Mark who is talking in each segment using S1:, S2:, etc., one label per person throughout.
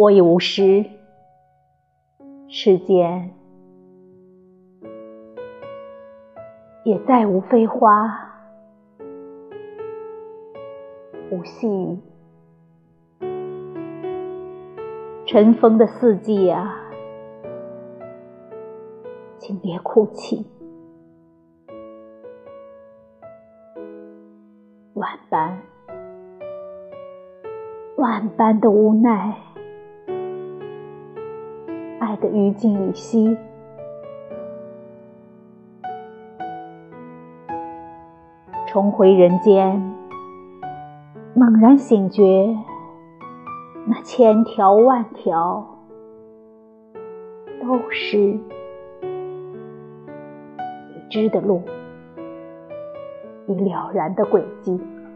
S1: 我已无诗，世间也再无飞花，无细雨。尘封的四季啊，请别哭泣。万般的无奈，爱得于今已兮。重回人间，猛然醒觉，那千条万条都是已知的路，已了然的轨迹。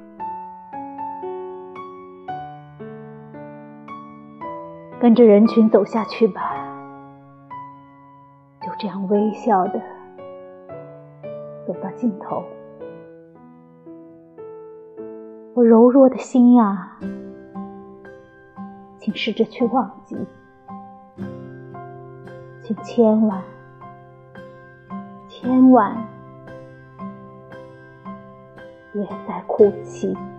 S1: 跟着人群走下去吧，就这样微笑的走到尽头。我柔弱的心啊，请试着去忘记，请千万别再哭泣。